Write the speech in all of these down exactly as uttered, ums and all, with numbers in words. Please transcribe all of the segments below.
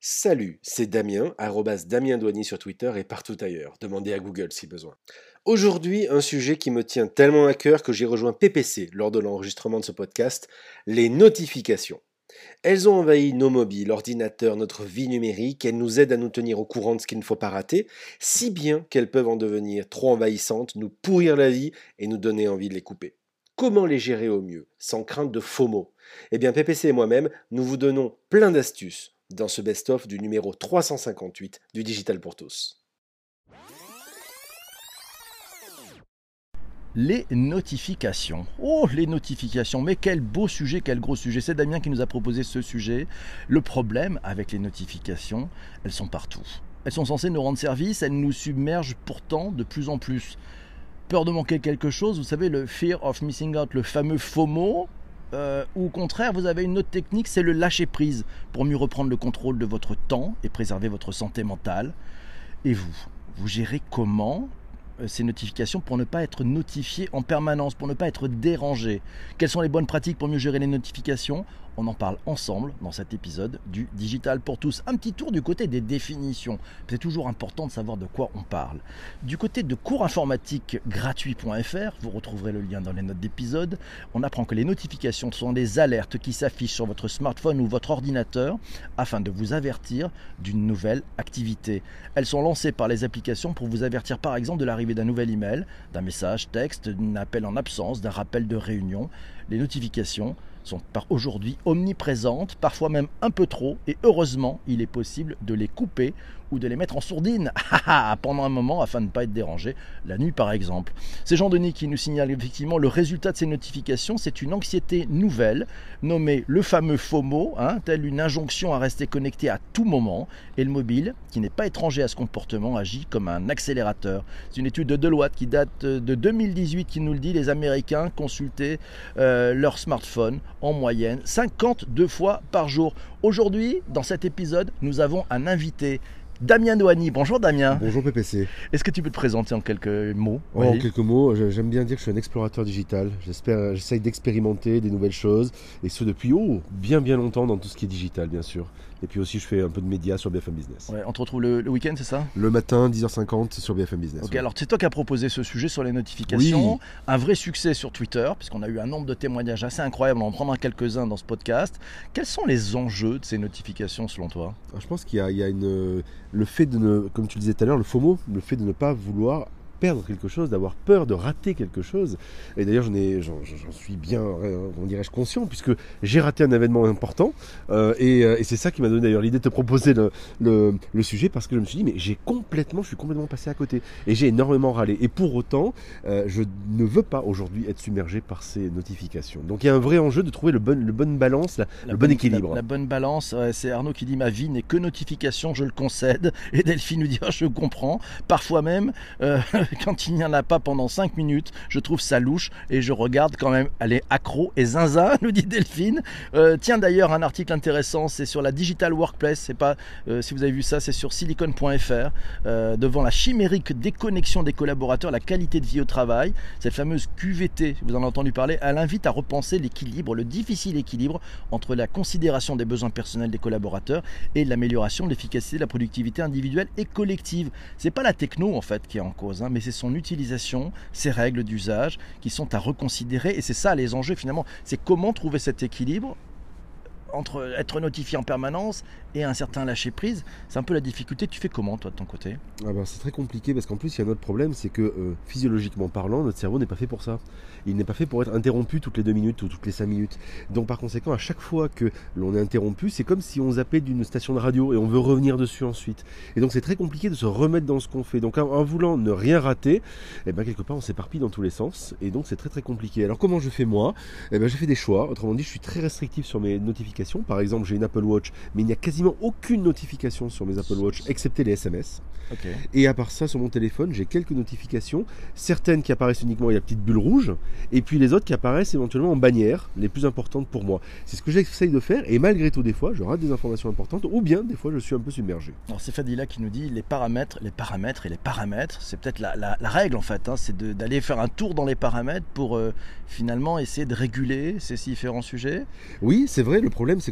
Salut, c'est Damien, arrobas Damien Douanier sur Twitter et partout ailleurs. Demandez à Google si besoin. Aujourd'hui, un sujet qui me tient tellement à cœur que j'ai rejoint P P C lors de l'enregistrement de ce podcast, les notifications. Elles ont envahi nos mobiles, ordinateurs, notre vie numérique, elles nous aident à nous tenir au courant de ce qu'il ne faut pas rater, si bien qu'elles peuvent en devenir trop envahissantes, nous pourrir la vie et nous donner envie de les couper. Comment les gérer au mieux, sans crainte de faux mots? Eh bien, P P C et moi-même, nous vous donnons plein d'astuces dans ce best-of du numéro trois cent cinquante-huit du Digital pour tous. Les notifications. Oh, les notifications, mais quel beau sujet, quel gros sujet. C'est Damien qui nous a proposé ce sujet. Le problème avec les notifications, elles sont partout. Elles sont censées nous rendre service, elles nous submergent pourtant de plus en plus. Peur de manquer quelque chose, vous savez, le fear of missing out, le fameux FOMO, euh, ou au contraire, vous avez une autre technique, c'est le lâcher-prise, pour mieux reprendre le contrôle de votre temps et préserver votre santé mentale. Et vous, vous gérez comment ces notifications pour ne pas être notifié en permanence, pour ne pas être dérangé? Quelles sont les bonnes pratiques pour mieux gérer les notifications? On en parle ensemble dans cet épisode du Digital pour tous. Un petit tour du côté des définitions. C'est toujours important de savoir de quoi on parle. Du côté de cours informatique gratuit point f r, vous retrouverez le lien dans les notes d'épisode, on apprend que les notifications sont des alertes qui s'affichent sur votre smartphone ou votre ordinateur afin de vous avertir d'une nouvelle activité. Elles sont lancées par les applications pour vous avertir par exemple de l'arrivée d'un nouvel email, d'un message texte, d'un appel en absence, d'un rappel de réunion. Les notifications sont par aujourd'hui omniprésentes, parfois même un peu trop, et heureusement, il est possible de les couper ou de les mettre en sourdine pendant un moment afin de ne pas être dérangé, la nuit par exemple. C'est Jean Denis qui nous signale effectivement le résultat de ces notifications, c'est une anxiété nouvelle, nommée le fameux FOMO, hein, telle une injonction à rester connecté à tout moment, et le mobile, qui n'est pas étranger à ce comportement, agit comme un accélérateur. C'est une étude de Deloitte qui date de deux mille dix-huit qui nous le dit, les Américains consultaient euh, leur smartphone en moyenne cinquante-deux fois par jour. Aujourd'hui, dans cet épisode, nous avons un invité, Damien Douanier. Bonjour Damien. Bonjour P P C. Est-ce que tu peux te présenter en quelques mots? Oh, Oui. En quelques mots, j'aime bien dire que je suis un explorateur digital. J'espère, j'essaye d'expérimenter des nouvelles choses, et ce depuis oh, bien bien longtemps dans tout ce qui est digital bien sûr. Et puis aussi je fais un peu de médias sur B F M Business. Ouais, on te retrouve le, le week-end, c'est ça? Le matin, dix heures cinquante sur B F M Business. Ok, ouais. alors c'est toi qui as proposé ce sujet sur les notifications. Oui. Un vrai succès sur Twitter, puisqu'on a eu un nombre de témoignages assez incroyable. On en prendra quelques-uns dans ce podcast. Quels sont les enjeux de ces notifications selon toi? Alors, je pense qu'il y a, il y a une, le fait de ne, comme tu le disais tout à l'heure, le FOMO, le fait de ne pas vouloir perdre quelque chose, d'avoir peur de rater quelque chose. Et d'ailleurs, j'en, ai, j'en, j'en suis bien, euh, comment dirais-je, conscient, puisque j'ai raté un événement important. Euh, et, et c'est ça qui m'a donné d'ailleurs l'idée de te proposer le, le, le sujet, parce que je me suis dit, mais j'ai complètement, je suis complètement passé à côté. Et j'ai énormément râlé. Et pour autant, euh, je ne veux pas aujourd'hui être submergé par ces notifications. Donc il y a un vrai enjeu de trouver le bon, le bonne balance, la, La le bonne, bon équilibre. La, la bonne balance, ouais, c'est Arnaud qui dit « Ma vie n'est que notification, je le concède ». Et Delphine nous dit oh, « Je comprends ». Parfois même, euh, quand il n'y en a pas pendant cinq minutes, je trouve ça louche et je regarde quand même. Elle est accro et zinzin, nous dit Delphine. Euh, tiens d'ailleurs, un article intéressant, c'est sur la Digital Workplace. C'est pas, euh, si vous avez vu ça, c'est sur silicon point f r. Euh, devant la chimérique déconnexion des collaborateurs, la qualité de vie au travail, cette fameuse Q V T, vous en avez entendu parler, elle invite à repenser l'équilibre, le difficile équilibre entre la considération des besoins personnels des collaborateurs et l'amélioration de l'efficacité de la productivité individuelle et collective. C'est pas la techno en fait qui est en cause, hein, mais c'est son utilisation, ses règles d'usage qui sont à reconsidérer, et c'est ça les enjeux finalement, c'est comment trouver cet équilibre entre être notifié en permanence et un certain lâcher prise. C'est un peu la difficulté. Tu fais comment toi de ton côté? Ah ben, c'est très compliqué, parce qu'en plus il y a un autre problème, c'est que euh, physiologiquement parlant, notre cerveau n'est pas fait pour ça. Il n'est pas fait pour être interrompu toutes les deux minutes ou toutes les cinq minutes. Donc par conséquent, à chaque fois que l'on est interrompu, c'est comme si on zappait d'une station de radio et on veut revenir dessus ensuite. Et donc c'est très compliqué de se remettre dans ce qu'on fait. Donc en, en voulant ne rien rater, eh ben, quelque part on s'éparpille dans tous les sens, et donc c'est très très compliqué. Alors comment je fais moi? Eh ben, j'ai fait des choix. Autrement dit, je suis très restrictif sur mes notifications. Par exemple, j'ai une Apple Watch, mais il n'y a quasiment aucune notification sur mes Apple Watch, excepté les S M S. Okay. Et à part ça, sur mon téléphone, j'ai quelques notifications, certaines qui apparaissent uniquement avec la petite bulle rouge, et puis les autres qui apparaissent éventuellement en bannière, les plus importantes pour moi. C'est ce que j'essaye de faire, et malgré tout, des fois, je rate des informations importantes, ou bien, des fois, je suis un peu submergé. Alors c'est Fadila qui nous dit les paramètres, les paramètres et les paramètres, c'est peut-être la, la, la règle en fait, hein, c'est de, d'aller faire un tour dans les paramètres pour euh, finalement essayer de réguler ces différents sujets. Oui, c'est vrai, le problème c'est que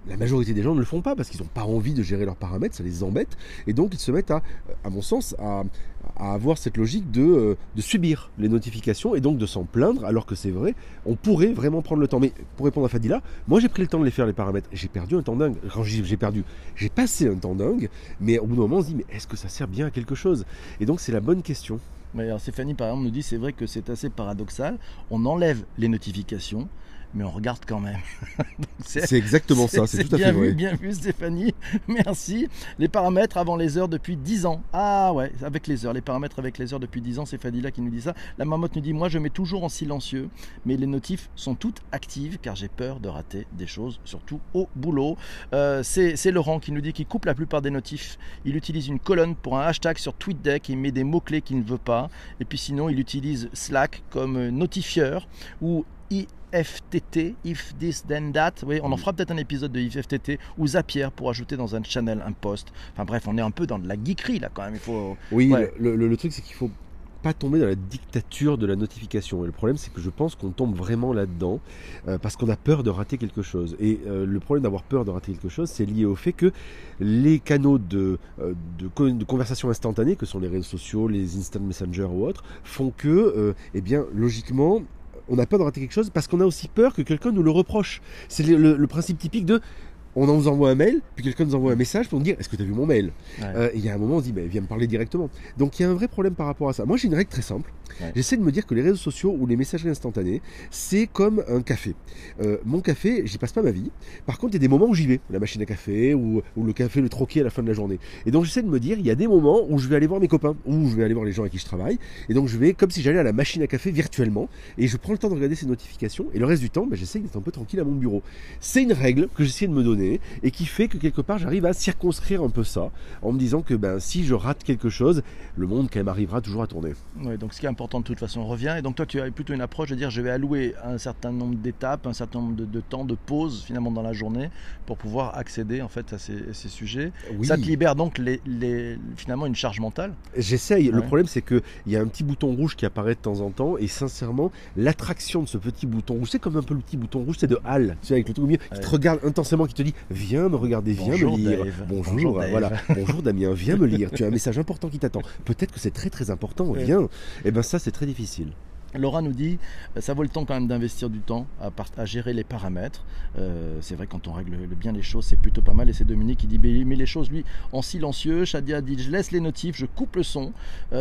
la majorité des gens ne le font pas parce qu'ils n'ont pas envie de gérer leurs paramètres, ça les embête, et donc ils se mettent à, à mon sens, à, à avoir cette logique de, euh, de subir les notifications et donc de s'en plaindre, alors que c'est vrai, on pourrait vraiment prendre le temps. Mais pour répondre à Fadila, moi j'ai pris le temps de les faire les paramètres, j'ai perdu un temps dingue. Quand j'ai, j'ai perdu, j'ai passé un temps dingue, mais au bout d'un moment on se dit, mais est-ce que ça sert bien à quelque chose? Et donc c'est la bonne question. Mais alors Stéphanie par exemple nous dit, c'est vrai que c'est assez paradoxal, on enlève les notifications, mais on regarde quand même. Donc c'est, c'est exactement c'est, ça, c'est, c'est tout à fait vu, vrai. Bien vu Stéphanie, merci. Les paramètres avant les heures depuis dix ans. Ah ouais, avec les heures, les paramètres avec les heures depuis dix ans, c'est Fadila qui nous dit ça. La marmotte nous dit, moi je mets toujours en silencieux, mais les notifs sont toutes actives car j'ai peur de rater des choses, surtout au boulot. Euh, c'est, c'est Laurent qui nous dit qu'il coupe la plupart des notifs. Il utilise une colonne pour un hashtag sur TweetDeck, il met des mots-clés qu'il ne veut pas. Et puis sinon, il utilise Slack comme notifieur ou I F T T, if this then that, oui, on en fera peut-être un épisode de If F T T, ou Zapier pour ajouter dans un channel un post. Enfin bref, on est un peu dans de la geekerie là quand même. Il faut... Oui, ouais. le, le, le truc c'est qu'il faut pas tomber dans la dictature de la notification. Et le problème, c'est que je pense qu'on tombe vraiment là-dedans euh, parce qu'on a peur de rater quelque chose. Et euh, le problème d'avoir peur de rater quelque chose, c'est lié au fait que les canaux de, euh, de, de conversation instantanée, que sont les réseaux sociaux, les instant messenger ou autres, font que, euh, eh bien, logiquement, on a peur de rater quelque chose parce qu'on a aussi peur que quelqu'un nous le reproche. C'est le, le, le principe typique de... On nous envoie un mail, puis quelqu'un nous envoie un message pour nous dire « Est-ce que tu as vu mon mail ?» ouais. euh, Et il y a un moment, on se dit bah, « Viens me parler directement. » Donc il y a un vrai problème par rapport à ça. Moi, j'ai une règle très simple. Ouais. J'essaie de me dire que les réseaux sociaux ou les messageries instantanées, c'est comme un café. Euh, mon café, j'y passe pas ma vie. Par contre, il y a des moments où j'y vais. La machine à café ou, ou le café, le troquet à la fin de la journée. Et donc, j'essaie de me dire, il y a des moments où je vais aller voir mes copains, où je vais aller voir les gens avec qui je travaille. Et donc, je vais comme si j'allais à la machine à café virtuellement. Et je prends le temps de regarder ces notifications. Et le reste du temps, bah, j'essaie d'être un peu tranquille à mon bureau. C'est une règle que j'essaie de me donner et qui fait que quelque part j'arrive à circonscrire un peu ça en me disant que ben, si je rate quelque chose, le monde quand même arrivera toujours à tourner. Oui, donc ce qui est important de toute façon on revient, et donc toi tu as plutôt une approche de dire je vais allouer un certain nombre d'étapes, un certain nombre de, de temps de pause finalement dans la journée pour pouvoir accéder en fait à ces, à ces sujets. Oui. Ça te libère donc les, les, finalement une charge mentale. J'essaye, ouais. Le problème c'est qu'il y a un petit bouton rouge qui apparaît de temps en temps et sincèrement l'attraction de ce petit bouton rouge, c'est comme un peu le petit bouton rouge, c'est de Hal, tu sais, avec le truc au milieu, qui ouais. te regarde intensément, qui te dit viens me regarder, viens Bonjour me lire. Dave. Bonjour, Bonjour Dave. Voilà. Bonjour Damien, viens me lire. Tu as un message important qui t'attend. Peut-être que c'est très très important, viens. Et bien ça c'est très difficile. Laura nous dit, ça vaut le temps quand même d'investir du temps à, part, à gérer les paramètres. Euh, c'est vrai quand on règle bien les choses, c'est plutôt pas mal. Et c'est Dominique qui dit, mais, mais les choses lui en silencieux. Shadia dit, je laisse les notifs, je coupe le son.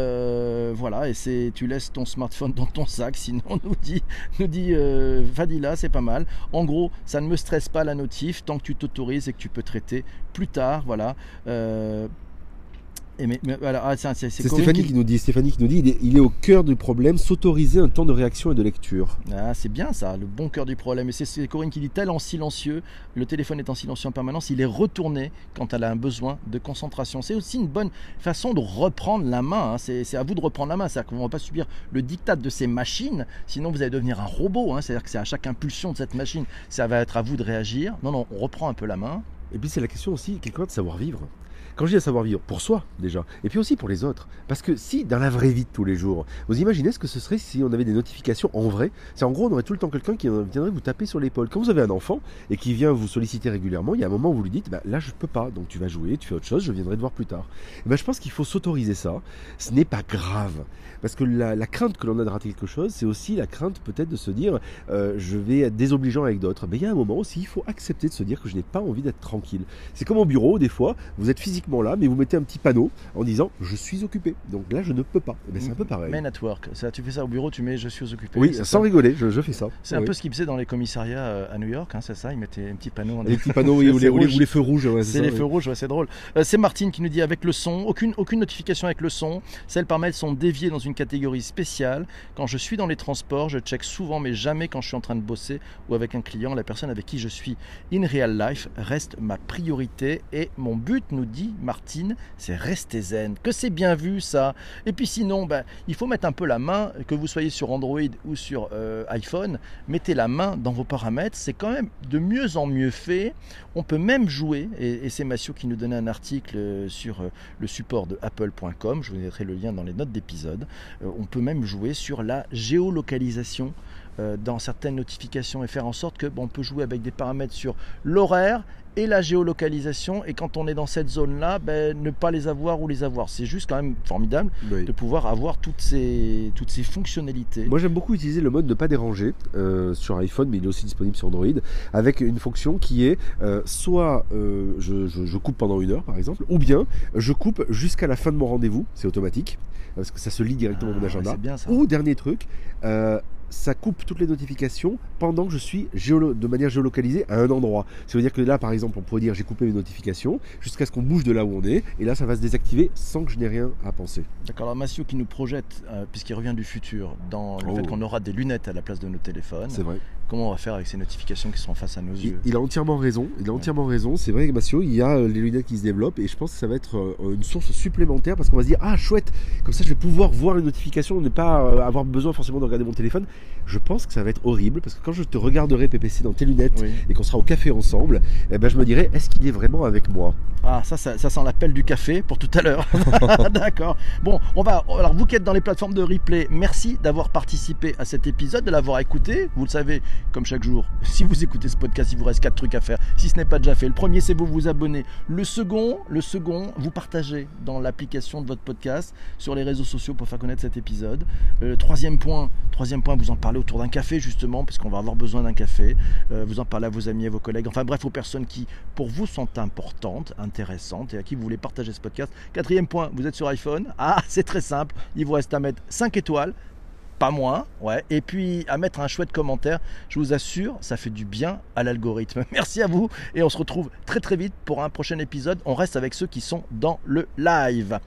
Euh, voilà, et c'est, tu laisses ton smartphone dans ton sac. Sinon, nous dit, nous dit euh, Fadila, c'est pas mal. En gros, ça ne me stresse pas la notif tant que tu t'autorises et que tu peux traiter plus tard. Voilà. Euh, Et mais, mais, voilà, ah, c'est, c'est, c'est, c'est Stéphanie qui... qui nous dit, Stéphanie qui nous dit il est, il est au cœur du problème, s'autoriser un temps de réaction et de lecture. Ah, c'est bien ça, le bon cœur du problème. Et c'est, c'est Corinne qui dit tel en silencieux, le téléphone est en silencieux en permanence, il est retourné quand elle a un besoin de concentration. C'est aussi une bonne façon de reprendre la main. Hein. C'est, c'est à vous de reprendre la main. C'est-à-dire qu'on ne va pas subir le diktat de ces machines, sinon vous allez devenir un robot. Hein. C'est-à-dire que c'est à chaque impulsion de cette machine, ça va être à vous de réagir. Non, non, on reprend un peu la main. Et puis c'est la question aussi, quelque part, de savoir vivre. Quand je dis à savoir vivre, pour soi déjà, et puis aussi pour les autres. Parce que si, dans la vraie vie de tous les jours, vous imaginez ce que ce serait si on avait des notifications en vrai. C'est en gros, on aurait tout le temps quelqu'un qui viendrait vous taper sur l'épaule. Quand vous avez un enfant et qui vient vous solliciter régulièrement, il y a un moment où vous lui dites, bah, là je peux pas, donc tu vas jouer, tu fais autre chose, je viendrai te voir plus tard. Et ben, je pense qu'il faut s'autoriser ça. Ce n'est pas grave. Parce que la, la crainte que l'on a de rater quelque chose, c'est aussi la crainte peut-être de se dire, euh, je vais être désobligeant avec d'autres. Mais il y a un moment aussi, il faut accepter de se dire que je n'ai pas envie d'être tranquille. C'est comme au bureau, des fois, vous êtes physiquement là, mais vous mettez un petit panneau en disant je suis occupé, donc là je ne peux pas. Et bien, c'est un peu pareil. Men at work, ça, tu fais ça au bureau, tu mets je suis occupé. Oui, sans ça. rigoler, je, je fais ça. C'est oui. un peu ce qu'ils faisaient dans les commissariats à New York, hein, c'est ça, ils mettaient un petit panneau. En les petits panneaux, oui, ou, les, ou, les, ou les feux rouges. Ouais, c'est c'est les oui. feux rouges, ouais, c'est drôle. Euh, c'est Martine qui nous dit avec le son, aucune, aucune notification avec le son, celles par mail sont déviées dans une catégorie spéciale. Quand je suis dans les transports, je check souvent, mais jamais quand je suis en train de bosser ou avec un client. La personne avec qui je suis in real life reste ma priorité et mon but, nous dit Martine, c'est rester zen, que c'est bien vu ça. Et puis sinon, ben, il faut mettre un peu la main, que vous soyez sur Android ou sur euh, iPhone, mettez la main dans vos paramètres, c'est quand même de mieux en mieux fait. On peut même jouer, et, et c'est Massio qui nous donnait un article sur euh, le support de apple point com, je vous mettrai le lien dans les notes d'épisode, euh, on peut même jouer sur la géolocalisation euh, dans certaines notifications et faire en sorte que bon, on peut jouer avec des paramètres sur l'horaire et la géolocalisation, et quand on est dans cette zone-là, ben, ne pas les avoir ou les avoir. C'est juste quand même formidable Oui. de pouvoir avoir toutes ces, toutes ces fonctionnalités. Moi j'aime beaucoup utiliser le mode ne pas déranger euh, sur iPhone, mais il est aussi disponible sur Android, avec une fonction qui est euh, soit euh, je, je, je coupe pendant une heure par exemple, ou bien je coupe jusqu'à la fin de mon rendez-vous, c'est automatique, parce que ça se lit directement Ah, à mon agenda. ouais, c'est bien, ça. Ou dernier truc, euh, ça coupe toutes les notifications pendant que je suis géolo- de manière géolocalisée à un endroit. Ça veut dire que là, par exemple, on pourrait dire j'ai coupé mes notifications jusqu'à ce qu'on bouge de là où on est, et là, ça va se désactiver sans que je n'ai rien à penser. D'accord, alors Massio qui nous projette, euh, puisqu'il revient du futur, dans le Oh. fait qu'on aura des lunettes à la place de nos téléphones. C'est vrai. Comment on va faire avec ces notifications qui seront face à nos Il, yeux? il a entièrement raison. Il a Ouais. entièrement raison. C'est vrai, Massio, il y a euh, les lunettes qui se développent, et je pense que ça va être euh, une source supplémentaire parce qu'on va se dire ah chouette, comme ça je vais pouvoir voir les notifications, ne pas euh, avoir besoin forcément de regarder mon téléphone. Je pense que ça va être horrible parce que quand je te regarderai P P C dans tes lunettes Oui. et qu'on sera au café ensemble, eh ben je me dirai est-ce qu'il est vraiment avec moi? Ah, ça, ça, ça sent l'appel du café pour tout à l'heure. D'accord. Bon, on va. Alors, vous qui êtes dans les plateformes de replay, merci d'avoir participé à cet épisode, de l'avoir écouté. Vous le savez, comme chaque jour, si vous écoutez ce podcast, il vous reste quatre trucs à faire. Si ce n'est pas déjà fait, le premier, c'est vous vous abonner. Le second, le second, vous partagez dans l'application de votre podcast sur les réseaux sociaux pour faire connaître cet épisode. Euh, troisième point, troisième point, vous en parlez autour d'un café justement, parce qu'on va avoir besoin d'un café. Euh, vous en parlez à vos amis, à vos collègues. Enfin bref, aux personnes qui, pour vous, sont importantes, intéressantes et à qui vous voulez partager ce podcast. Quatrième point, vous êtes sur iPhone. Ah, c'est très simple. Il vous reste à mettre cinq étoiles. Pas moins, ouais. Et puis à mettre un chouette commentaire. Je vous assure, ça fait du bien à l'algorithme. Merci à vous et on se retrouve très très vite pour un prochain épisode. On reste avec ceux qui sont dans le live.